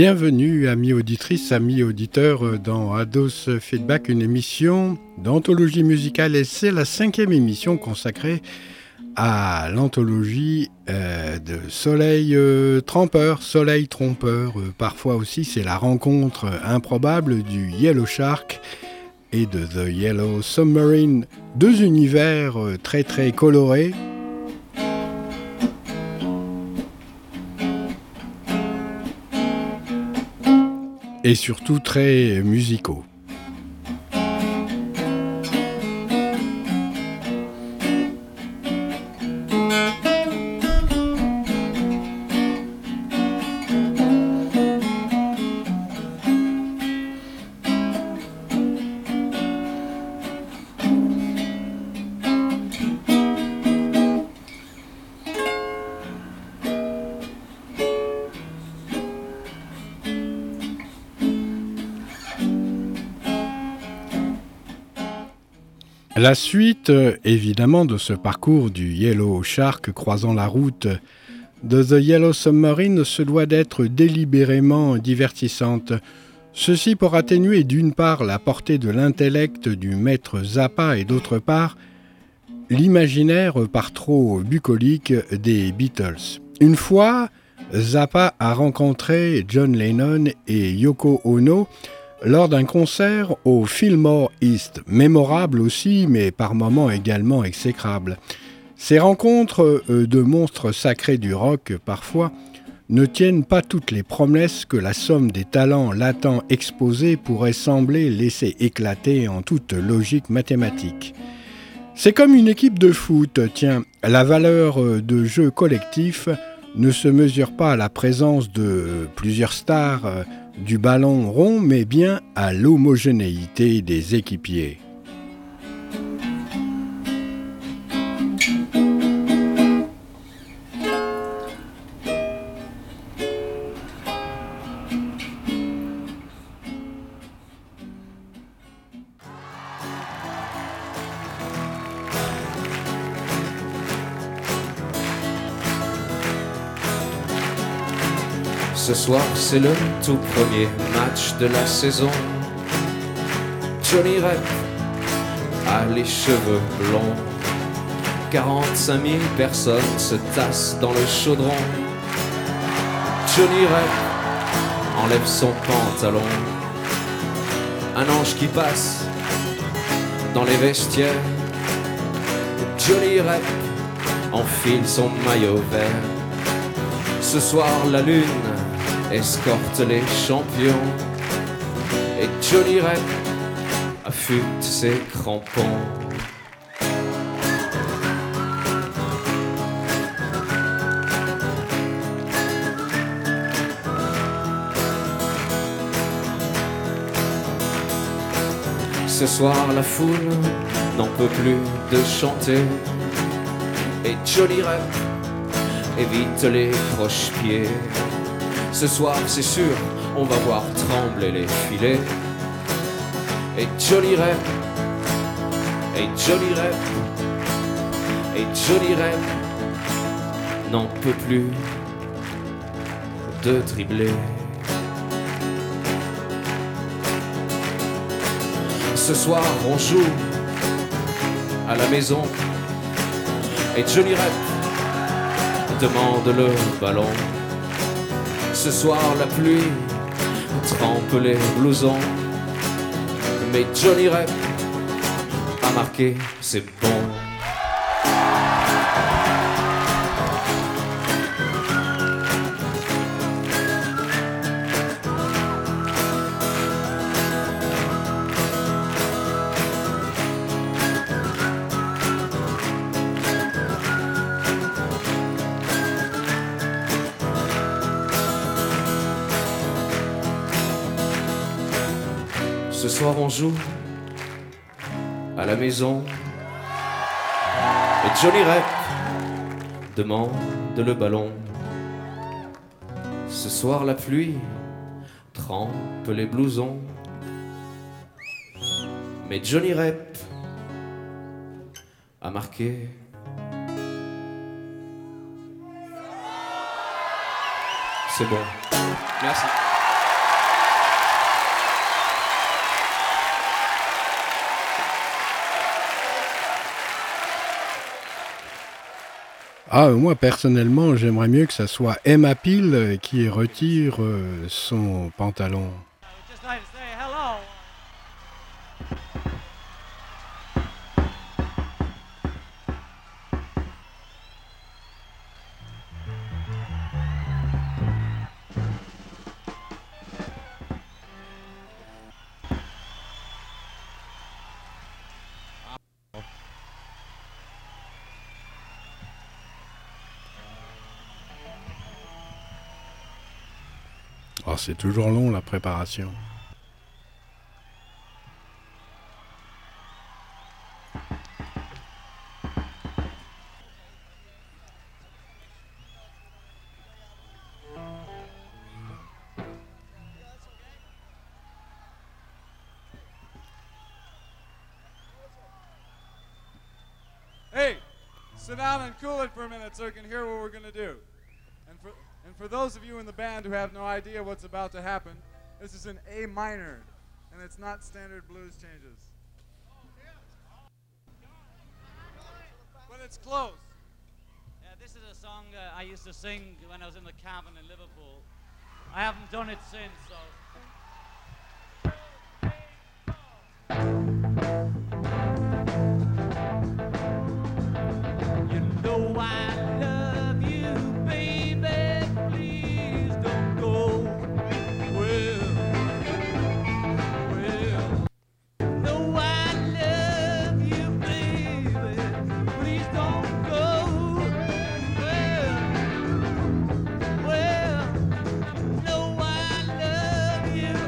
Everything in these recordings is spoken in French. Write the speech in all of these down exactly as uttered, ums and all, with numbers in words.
Bienvenue, amis auditrices, amis auditeurs, dans Ados Feedback, une émission d'anthologie musicale. Et c'est la cinquième émission consacrée à l'anthologie euh, de Soleil euh, Trompeur, Soleil Trompeur. Euh, parfois aussi, c'est la rencontre improbable du Yellow Shark et de The Yellow Submarine. Deux univers euh, très très colorés. Et surtout très musicaux. La suite, évidemment, de ce parcours du Yellow Shark croisant la route de The Yellow Submarine se doit d'être délibérément divertissante. Ceci pour atténuer d'une part la portée de l'intellect du maître Zappa et d'autre part l'imaginaire par trop bucolique des Beatles. Une fois, Zappa a rencontré John Lennon et Yoko Ono lors d'un concert au Fillmore East, mémorable aussi, mais par moments également exécrable. Ces rencontres de monstres sacrés du rock, parfois, ne tiennent pas toutes les promesses que la somme des talents latents exposés pourrait sembler laisser éclater en toute logique mathématique. C'est comme une équipe de foot, tiens, la valeur de jeu collectif ne se mesure pas à la présence de plusieurs stars du ballon rond, mais bien à l'homogénéité des équipiers. Ce soir, c'est le tout premier match de la saison. Johnny Rep a les cheveux blonds. quarante-cinq mille personnes se tassent dans le chaudron. Johnny Rep enlève son pantalon. Un ange qui passe dans les vestiaires. Johnny Rep enfile son maillot vert. Ce soir, la lune escorte les champions et Johnny Rep affûte ses crampons. Ce soir, la foule n'en peut plus de chanter et Johnny Rep évite les croche-pieds. Ce soir, c'est sûr, on va voir trembler les filets. Et Johnny Rep, et Johnny Rep, et Johnny Rep n'en peut plus de dribbler. Ce soir, on joue à la maison. Et Johnny Rep demande le ballon. Ce soir, la pluie trempe les blousons. Mais Johnny Rep a marqué, c'est bon. Ce soir on joue à la maison et Johnny Rep demande le ballon. Ce soir la pluie trempe les blousons, mais Johnny Rep a marqué. C'est bon. Merci. Ah, moi personnellement, j'aimerais mieux que ça soit Emma Peel qui retire euh, son pantalon. Oh, c'est toujours long la préparation. Hey, sit down and cool it for a minute so you can hear what we're going to do. And for, and for those of you in the band who have no idea what's about to happen, this is an A minor, and it's not standard blues changes. But it's close. Yeah, this is a song uh, I used to sing when I was in the cabin in Liverpool. I haven't done it since, so... You know I love you, baby, please don't go. Well, well. No, I love you, baby, please don't go. Well, well. No, I love you,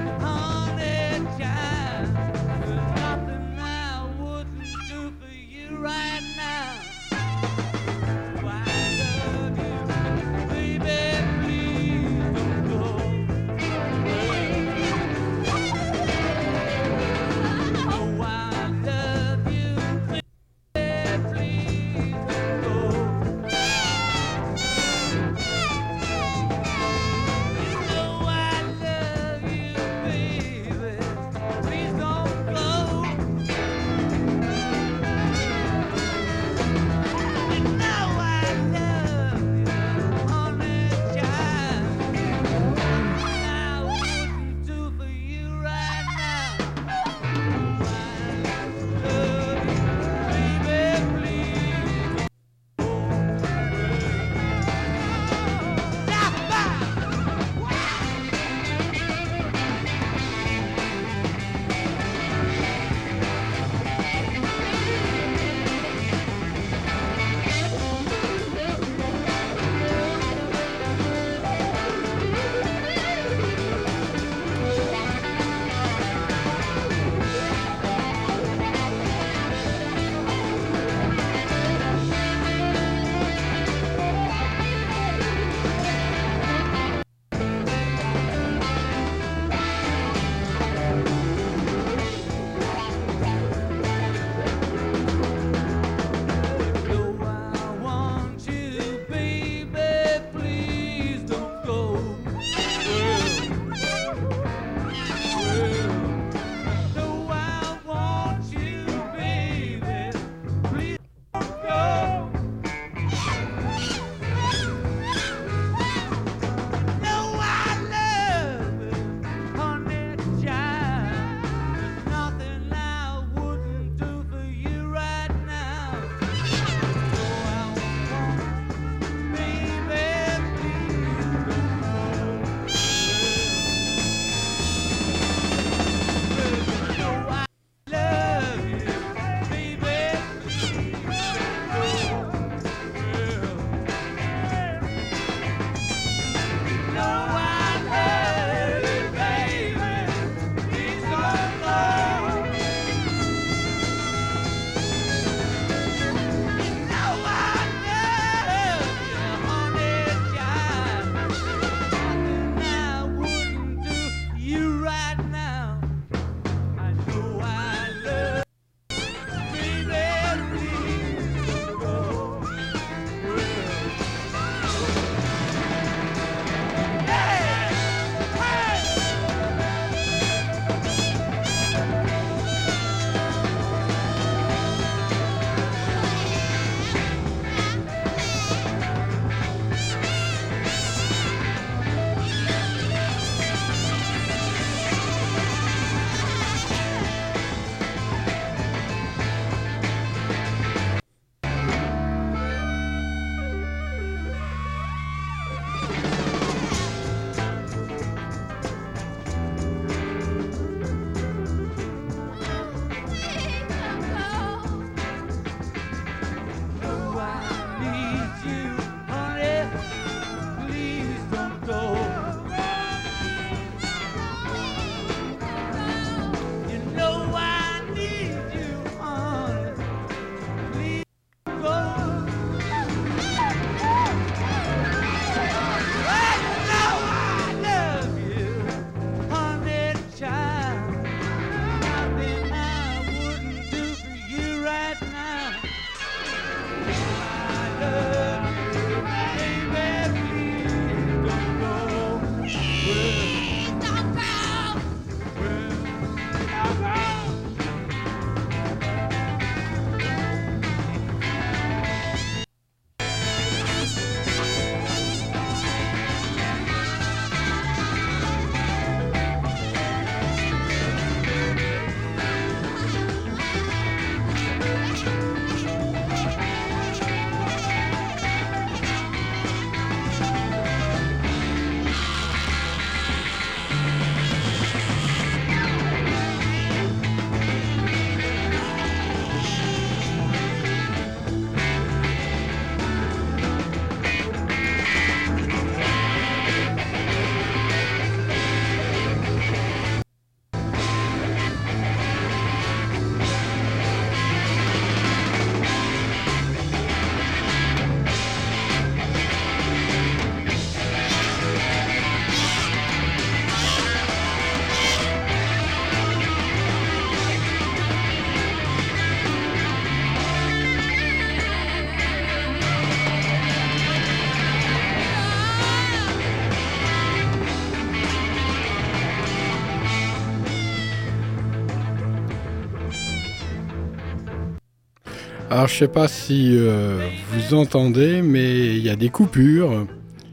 Alors je sais pas si euh, vous entendez, mais il y a des coupures.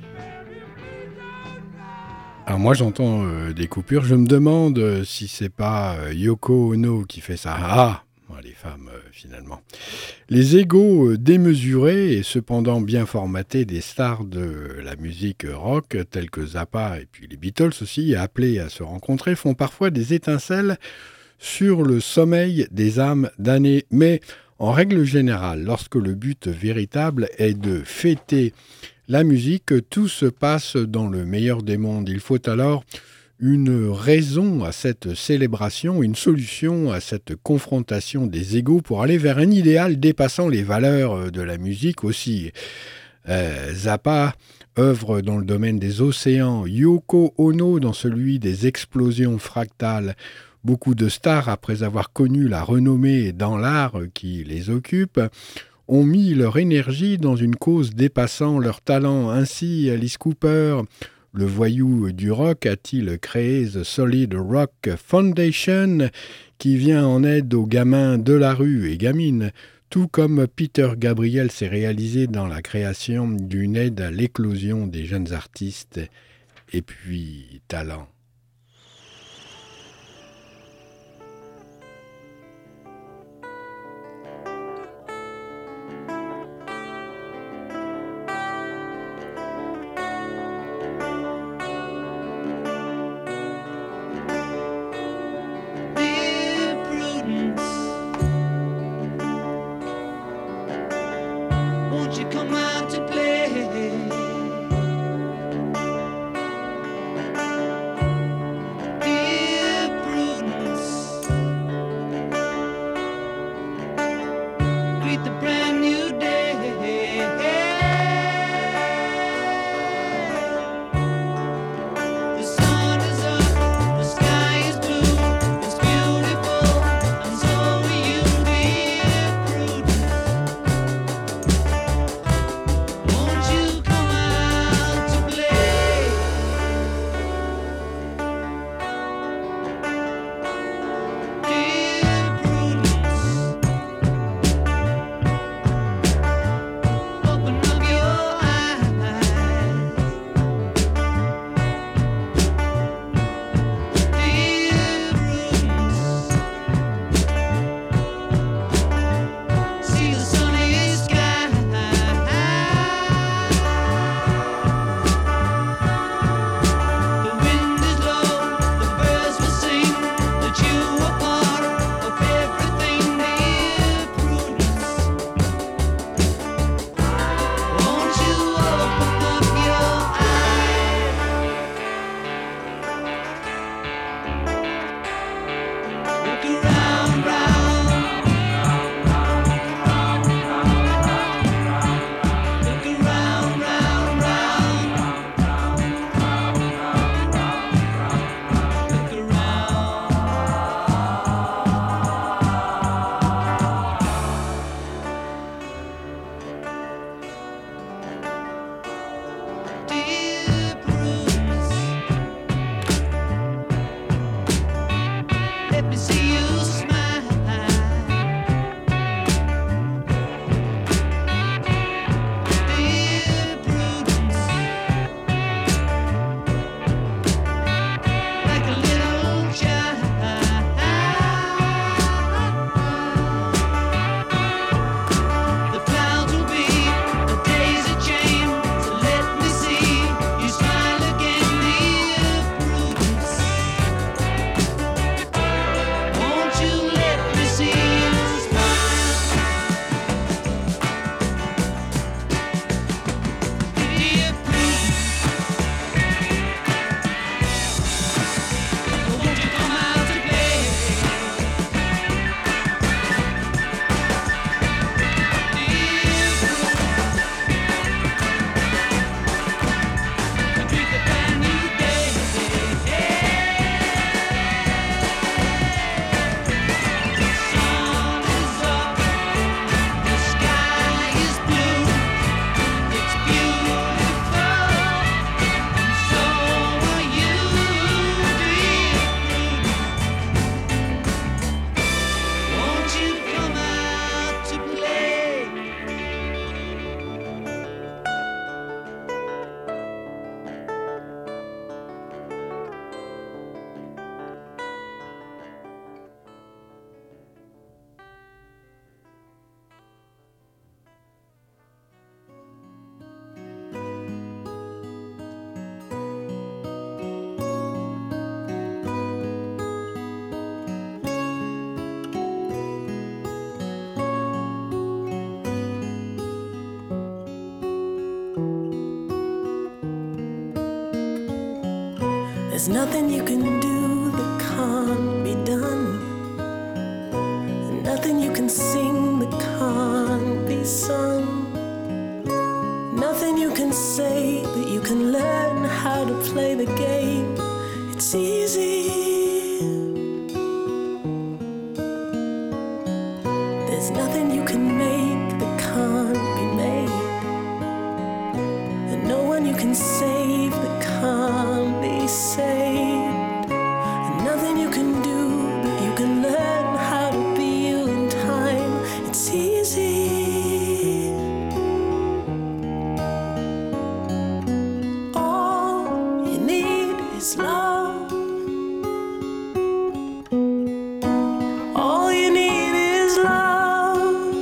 Alors moi j'entends euh, des coupures. Je me demande euh, si c'est pas euh, Yoko Ono qui fait ça. Ah, moi, les femmes euh, finalement. Les égos euh, démesurés et cependant bien formatés des stars de la musique rock tels que Zappa et puis les Beatles aussi, appelés à se rencontrer, font parfois des étincelles sur le sommeil des âmes damnées. Mais en règle générale, lorsque le but véritable est de fêter la musique, tout se passe dans le meilleur des mondes. Il faut alors une raison à cette célébration, une solution à cette confrontation des égos pour aller vers un idéal dépassant les valeurs de la musique aussi. Euh, Zappa œuvre dans le domaine des océans, Yoko Ono dans celui des explosions fractales. Beaucoup de stars, après avoir connu la renommée dans l'art qui les occupe, ont mis leur énergie dans une cause dépassant leur talent. Ainsi, Alice Cooper, le voyou du rock, a-t-il créé The Solid Rock Foundation, qui vient en aide aux gamins de la rue et gamines, tout comme Peter Gabriel s'est réalisé dans la création d'une aide à l'éclosion des jeunes artistes et puis talents. There's nothing you can do that can't be done. And nothing you can sing that can't be sung. Nothing you can say that you can learn how to play the game. It's easy. There's nothing you can make that can't be made. And no one you can save that can't be saved. And nothing you can do that you can learn how to be you in time. It's easy. All you need is love. All you need is love.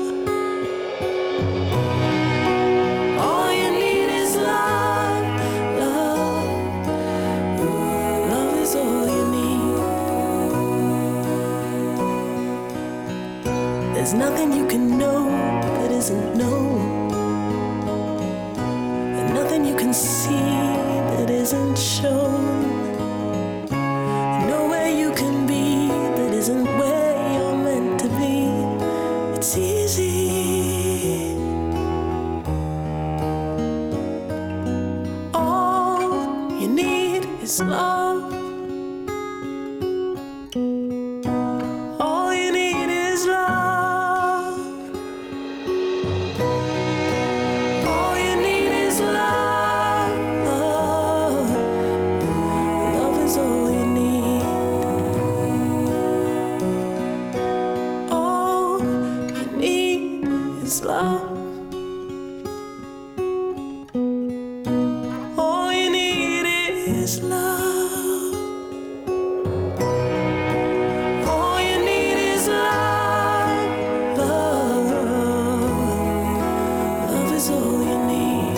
All you need is love. Love. Love is all you need. There's nothing you can know that isn't known. And nothing you can see that isn't shown. Nowhere you can be that isn't where you're meant to be. It's easy. All you need is love. All you need is love. All you need is love. Love, love is all you need. All you need is love. All you need is love. All you need is love. Love, love is all you need.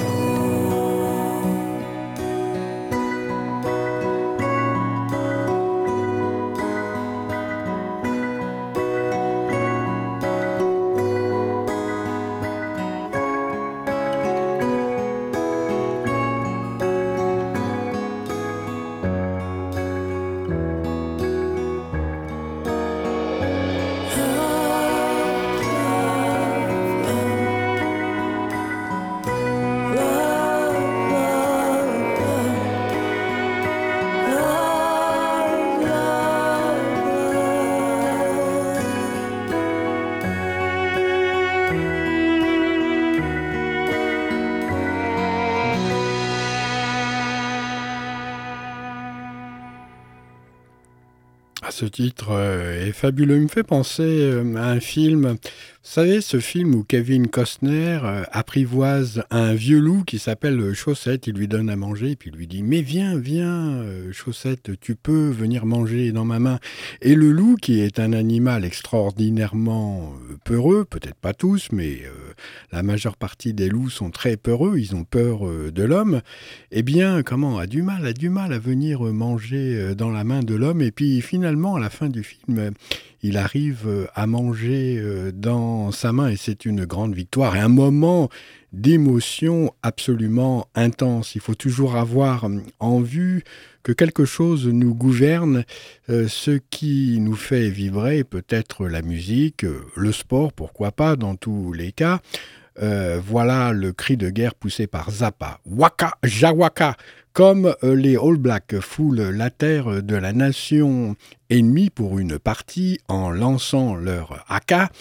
Ce titre euh, est fabuleux. Il me fait penser euh, à un film. Vous savez, ce film où Kevin Costner euh, apprivoise un vieux loup qui s'appelle Chaussette. Il lui donne à manger et puis il lui dit « Mais viens, viens, euh, Chaussette, tu peux venir manger dans ma main. » Et le loup, qui est un animal extraordinairement euh, peureux, peut-être pas tous, mais euh, la majeure partie des loups sont très peureux, ils ont peur euh, de l'homme, eh bien, comment, a du mal, a du mal à venir manger euh, dans la main de l'homme. Et puis finalement, à la fin du film, il arrive à manger dans sa main et c'est une grande victoire et un moment d'émotion absolument intense. Il faut toujours avoir en vue que quelque chose nous gouverne, euh, ce qui nous fait vibrer, peut-être la musique, le sport, pourquoi pas, dans tous les cas. Euh, voilà le cri de guerre poussé par Zappa. Waka Jawaka, comme euh, les All Blacks foulent la terre de la nation ennemie pour une partie en lançant leur haka.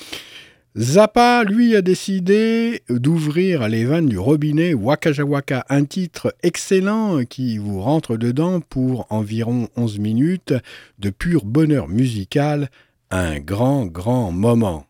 Zappa, lui, a décidé d'ouvrir les vannes du robinet Waka Jawaka, un titre excellent qui vous rentre dedans pour environ onze minutes de pur bonheur musical, un grand, grand moment.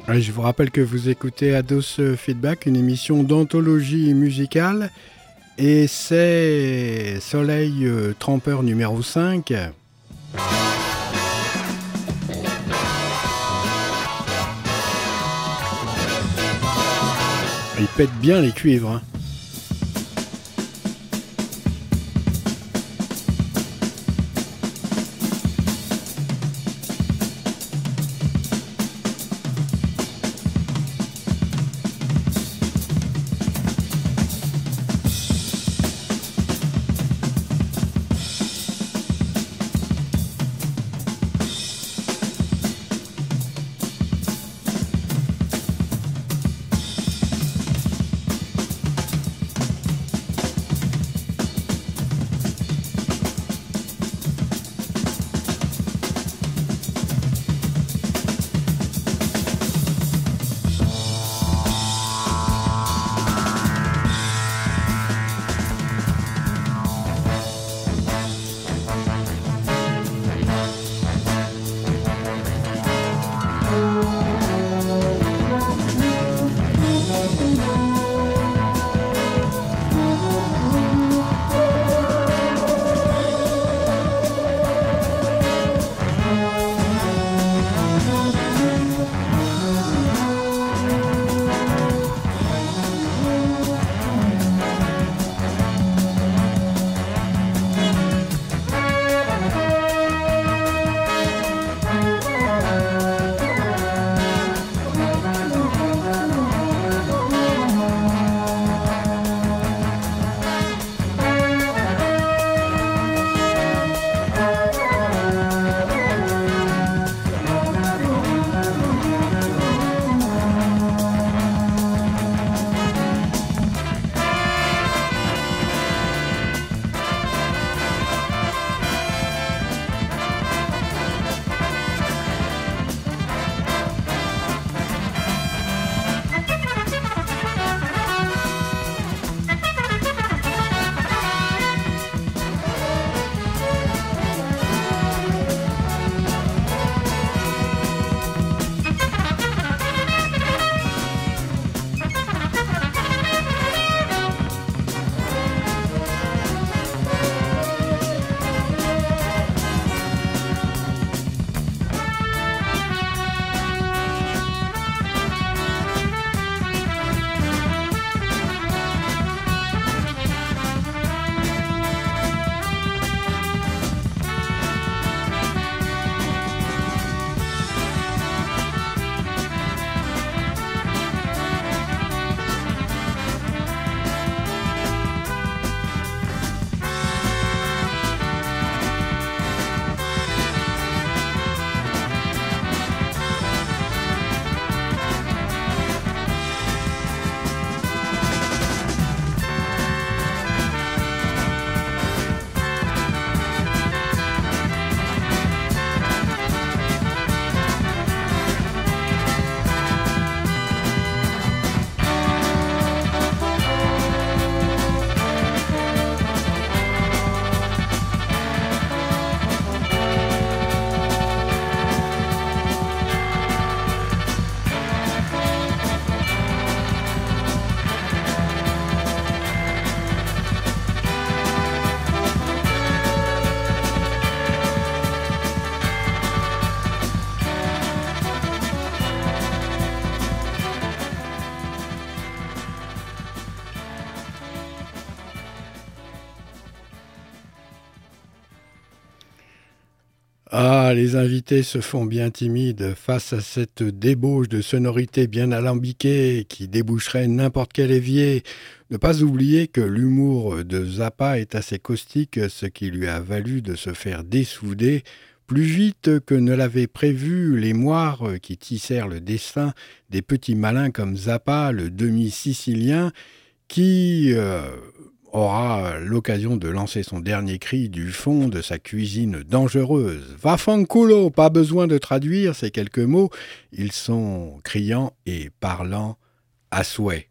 Je vous rappelle que vous écoutez Ados Feedback, une émission d'anthologie musicale, et c'est Soleil Trempeur numéro cinq. Il pète bien les cuivres, hein. Ah, les invités se font bien timides face à cette débauche de sonorités bien alambiquées qui déboucherait n'importe quel évier. Ne pas oublier que l'humour de Zappa est assez caustique, ce qui lui a valu de se faire dessouder plus vite que ne l'avaient prévu les moires qui tissèrent le destin des petits malins comme Zappa, le demi-sicilien, qui euh, aura l'occasion de lancer son dernier cri du fond de sa cuisine dangereuse. « Vaffanculo !» Pas besoin de traduire ces quelques mots, ils sont criants et parlants à souhait.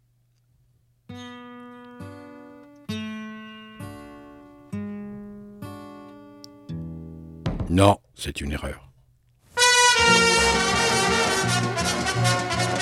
Non, c'est une erreur.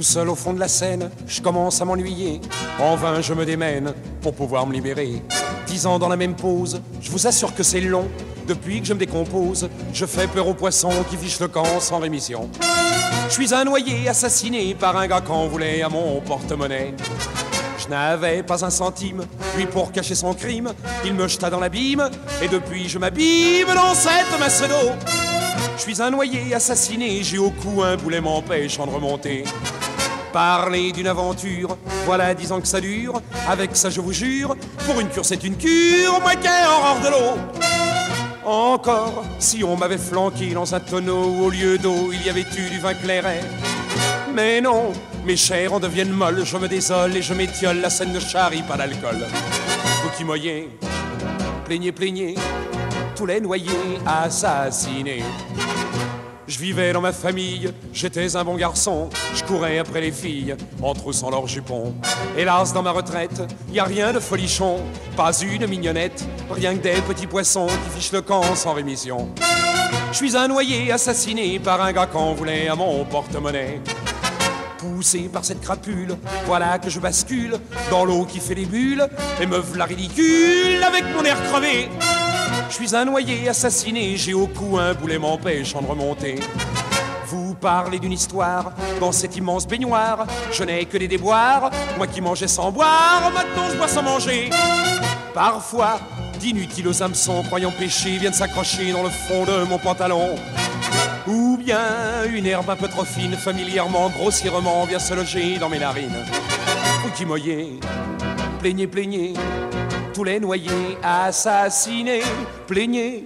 Tout seul au fond de la Seine, je commence à m'ennuyer. En vain je me démène pour pouvoir me libérer. Dix ans dans la même pose, je vous assure que c'est long. Depuis que je me décompose, je fais peur aux poissons qui fichent le camp sans rémission. Je suis un noyé assassiné par un gars qu'en voulait à mon porte-monnaie. Je n'avais pas un centime, lui pour cacher son crime, il me jeta dans l'abîme, et depuis je m'abîme dans cette masse d'eau. Je suis un noyé assassiné, j'ai au cou un boulet m'empêchant de remonter. Parler d'une aventure, voilà dix ans que ça dure, avec ça je vous jure, pour une cure c'est une cure, moi qui ai horreur de l'eau. Encore, si on m'avait flanqué dans un tonneau, au lieu d'eau, il y avait eu du vin clairet. Mais non, mes chairs en deviennent molles, je me désole et je m'étiole, la Seine ne charrie pas d'alcool. Vous qui moyez, plaignez, plaignez, tous les noyés assassinés. Je vivais dans ma famille, j'étais un bon garçon, je courais après les filles, en troussant leurs jupons. Hélas, dans ma retraite, y a rien de folichon, pas une mignonnette, rien que des petits poissons qui fichent le camp sans rémission. Je suis un noyé assassiné par un gars qu'en voulait à mon porte-monnaie. Poussé par cette crapule, voilà que je bascule dans l'eau qui fait des bulles, et me v'là ridicule avec mon air crevé. Je suis un noyé assassiné, j'ai au cou un boulet m'empêchant de remonter. Vous parlez d'une histoire, dans cette immense baignoire, je n'ai que des déboires, moi qui mangeais sans boire, maintenant je bois sans manger. Parfois, d'inutiles hameçons croyant pécher viennent s'accrocher dans le fond de mon pantalon. Ou bien une herbe un peu trop fine, familièrement, grossièrement, vient se loger dans mes narines. Vous qui moyez, plaignez, plaignez, tous les noyés assassinés, plaignez.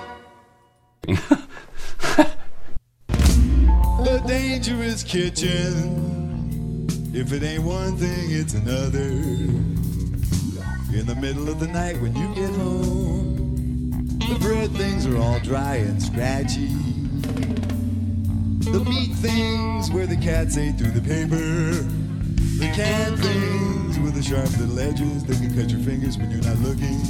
The dangerous kitchen. If it ain't one thing, it's another. In the middle of the night when you get home, the bread things are all dry and scratchy. The meat things where the cats ate through the paper. The canned things with the sharp little edges that can cut your fingers when you're not looking.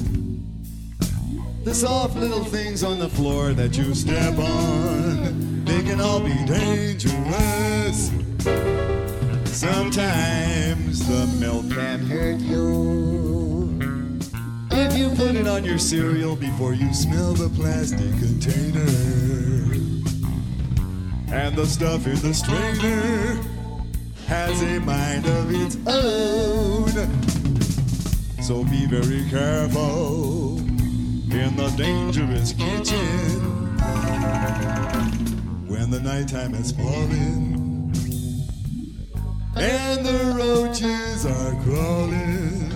The soft little things on the floor that you step on, they can all be dangerous. Sometimes the milk can hurt you if you put it on your cereal before you smell the plastic container. And the stuff in the strainer has a mind of its own. So be very careful in the dangerous kitchen when the nighttime has fallen and the roaches are crawling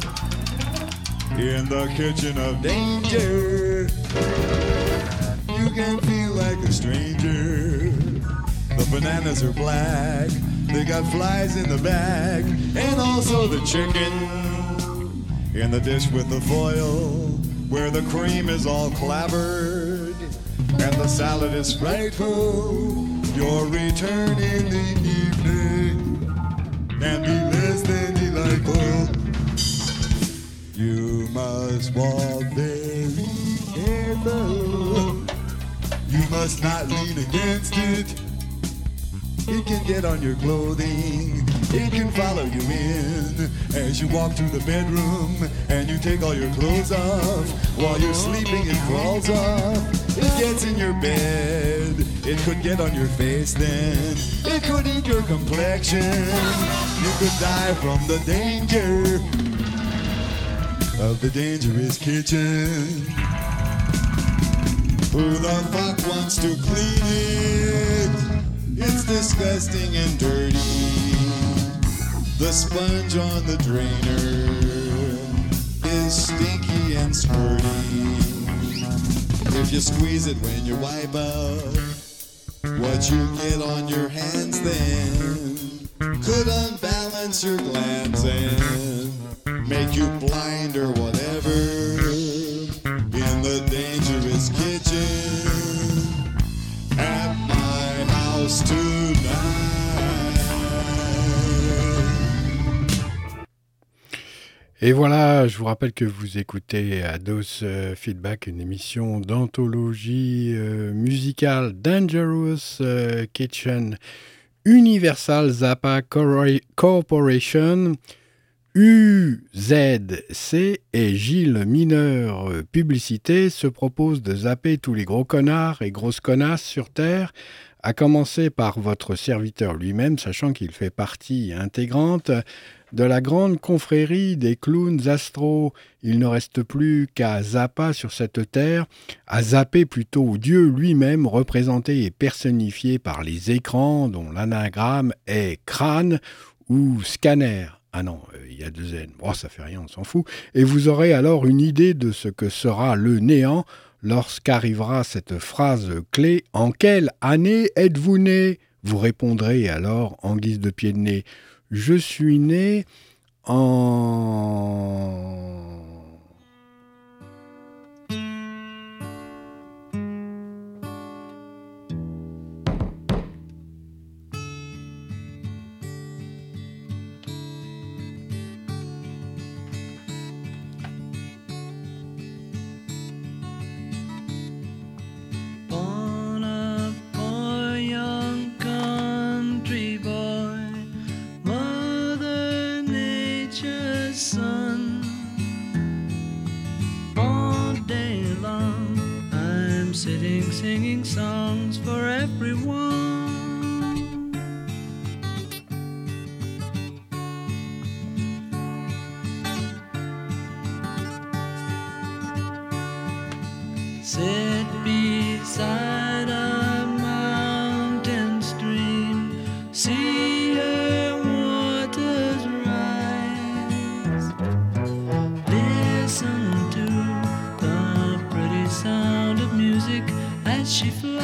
in the kitchen of danger. You can feel like a stranger. The bananas are black, they got flies in the bag, and also the chicken in the dish with the foil, where the cream is all clabbered, and the salad is frightful. Your return in the evening can be less than delightful. You must walk very careful. You must not lean against it. It can get on your clothing, it can follow you in as you walk through the bedroom and you take all your clothes off. While you're sleeping it crawls off, it gets in your bed, it could get on your face then, it could eat your complexion. You could die from the danger of the dangerous kitchen. Who the fuck wants to clean it? It's disgusting and dirty. The sponge on the drainer is stinky and squirty. If you squeeze it when you wipe out, what you get on your hands then could unbalance your glands and make you blind or whatever. In the dangerous kitchen at my house tonight. Et voilà, je vous rappelle que vous écoutez Ados euh, Feedback, une émission d'anthologie euh, musicale Dangerous euh, Kitchen, Universal Zappa Corporation, U Z C et Gilles Mineur Publicité se proposent de zapper tous les gros connards et grosses connasses sur Terre, à commencer par votre serviteur lui-même, sachant qu'il fait partie intégrante de la grande confrérie des clowns astro. Il ne reste plus qu'à Zappa sur cette terre, à zapper plutôt Dieu lui-même, représenté et personnifié par les écrans dont l'anagramme est crâne ou scanner. Ah non, il euh, y a deux N. Bon, ça fait rien, on s'en fout. Et vous aurez alors une idée de ce que sera le néant lorsqu'arrivera cette phrase clé « En quelle année êtes-vous né ?» Vous répondrez alors en guise de pied de nez « Je suis né en... » Singing songs for everyone. Sit beside a mountain stream, see her waters rise. Listen to the pretty sound of music as she flies.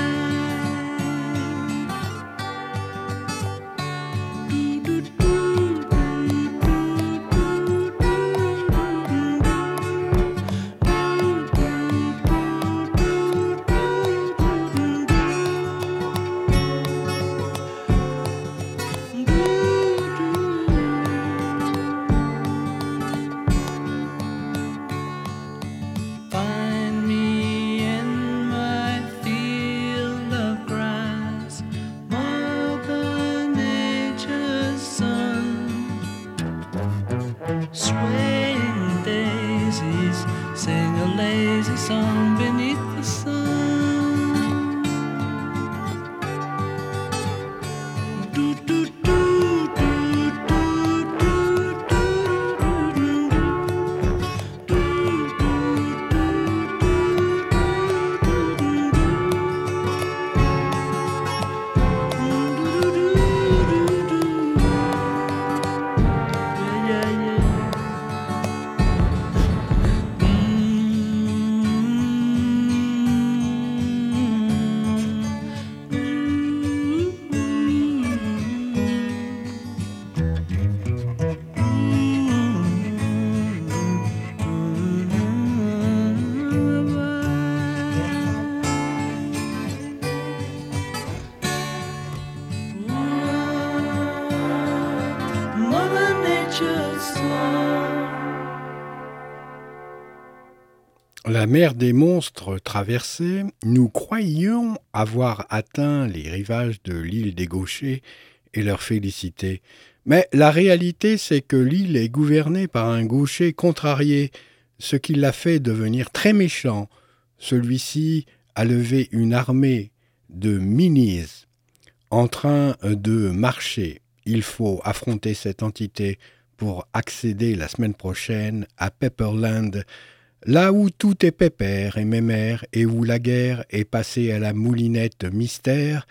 La mer des monstres traversée, nous croyions avoir atteint les rivages de l'île des Gauchers et leur félicité. Mais la réalité, c'est que l'île est gouvernée par un gaucher contrarié, ce qui l'a fait devenir très méchant. Celui-ci a levé une armée de minis en train de marcher. Il faut affronter cette entité pour accéder la semaine prochaine à Pepperland, là où tout est pépère et mémère et où la guerre est passée à la moulinette mystère,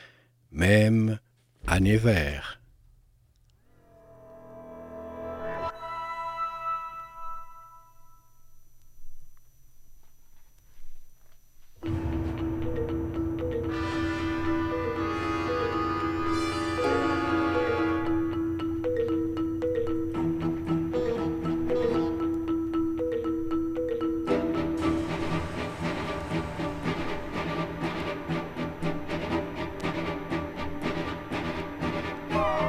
même à Nevers. Bye.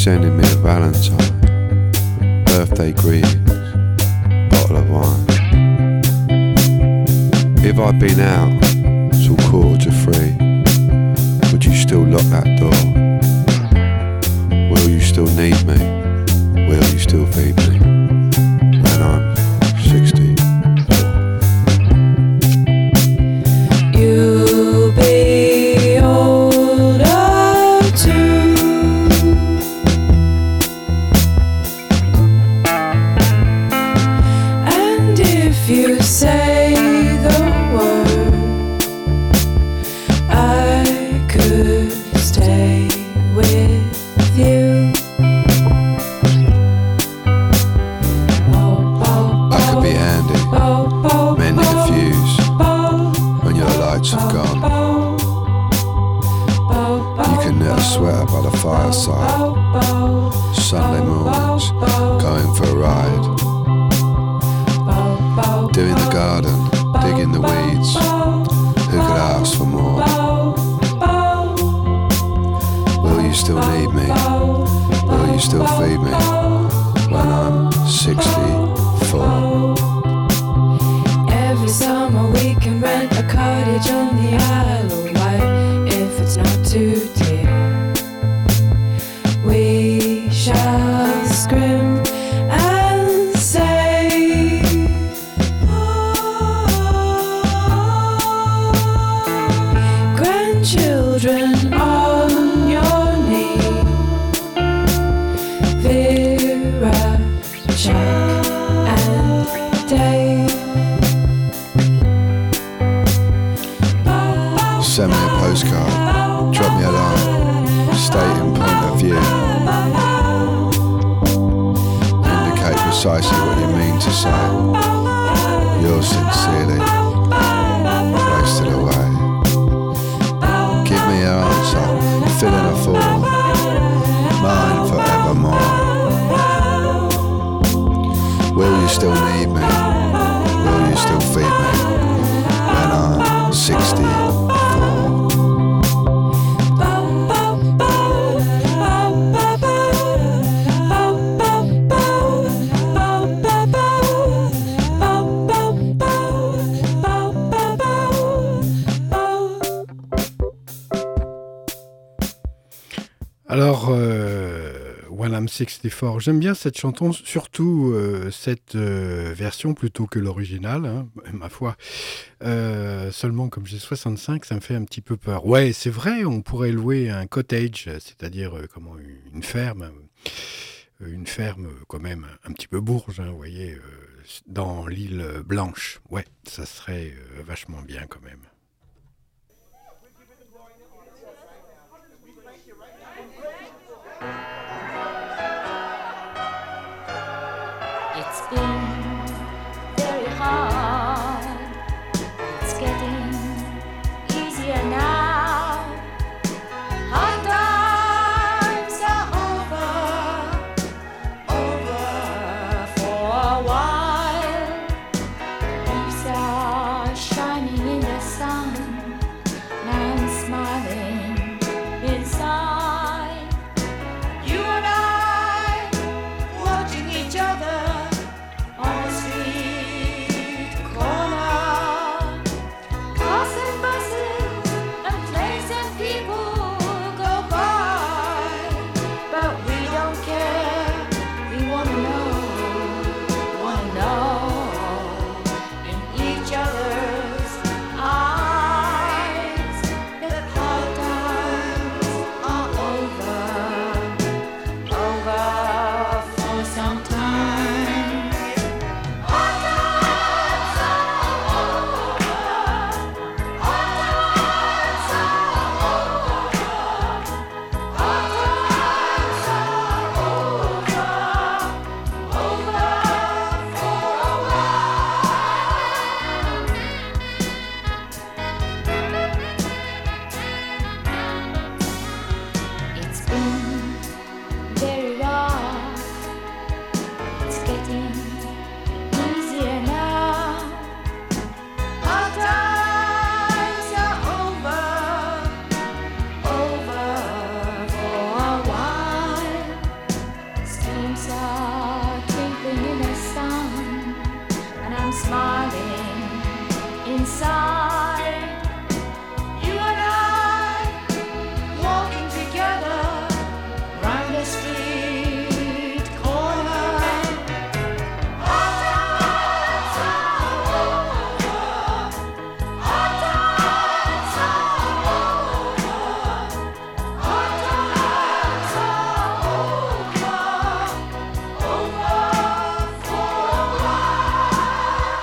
sending me a valentine, birthday greetings, bottle of wine. If I'd been out till quarter to three, would you still lock that door? Will you still need me? Will you still feed me when I'm sixty? You'll be older too, and if you say the word, I could stay with you. I could be handy, mending the fuse when your lights have gone. You can knit a sweater by the fireside, Sunday mornings, going for a ride, doing the garden, digging the weeds. Who could ask for more? Will you still need me? Will you still feed me when I'm sixty-four? Every summer we can rent a cottage on the Isle of Wight if it's not too dear. We shall scream and say, grandchildren on your knee, Vera, Chuck and Dave. Send me a postcard, drop me a line, stating point of view. Indicate precisely what you mean to say. Yours sincerely, wasted away. Give me your answer, fill in a form, mine forevermore. Will you still need me? Will you still feed me when I'm sixty-four? Alors, euh, When I'm sixty-four, j'aime bien cette chanson, surtout euh, cette euh, version plutôt que l'original, hein, ma foi. Euh, seulement, comme j'ai soixante-cinq, ça me fait un petit peu peur. Ouais, c'est vrai, on pourrait louer un cottage, c'est-à-dire euh, comment une ferme, euh, une ferme quand même un petit peu bourge, hein, vous voyez, euh, dans l'île Blanche. Ouais, ça serait euh, vachement bien quand même. It's been very hard. It's getting easier now. Hard times are over, over for a while. Leaves are shining in the sun, man smiling inside. You and I watching each other on dreams are twinkling in the sun, and I'm smiling inside. You and I walking together round the street corner. Our times are over. Our times are over. Our times are over. Over for a while.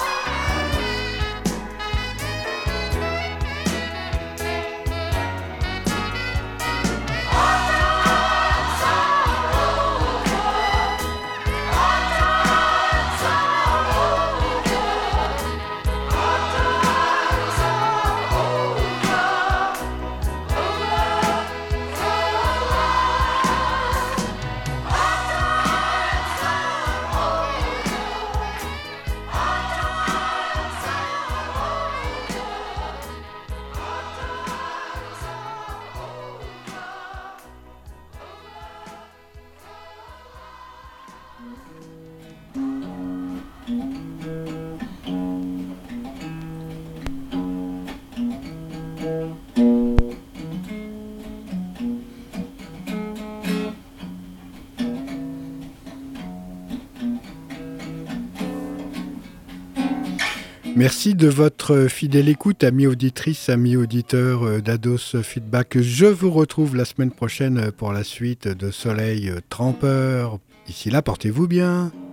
Merci de votre fidèle écoute, amis auditrices, amis auditeurs d'Ados Feedback. Je vous retrouve la semaine prochaine pour la suite de Soleil Trempeur. D'ici là, portez-vous bien.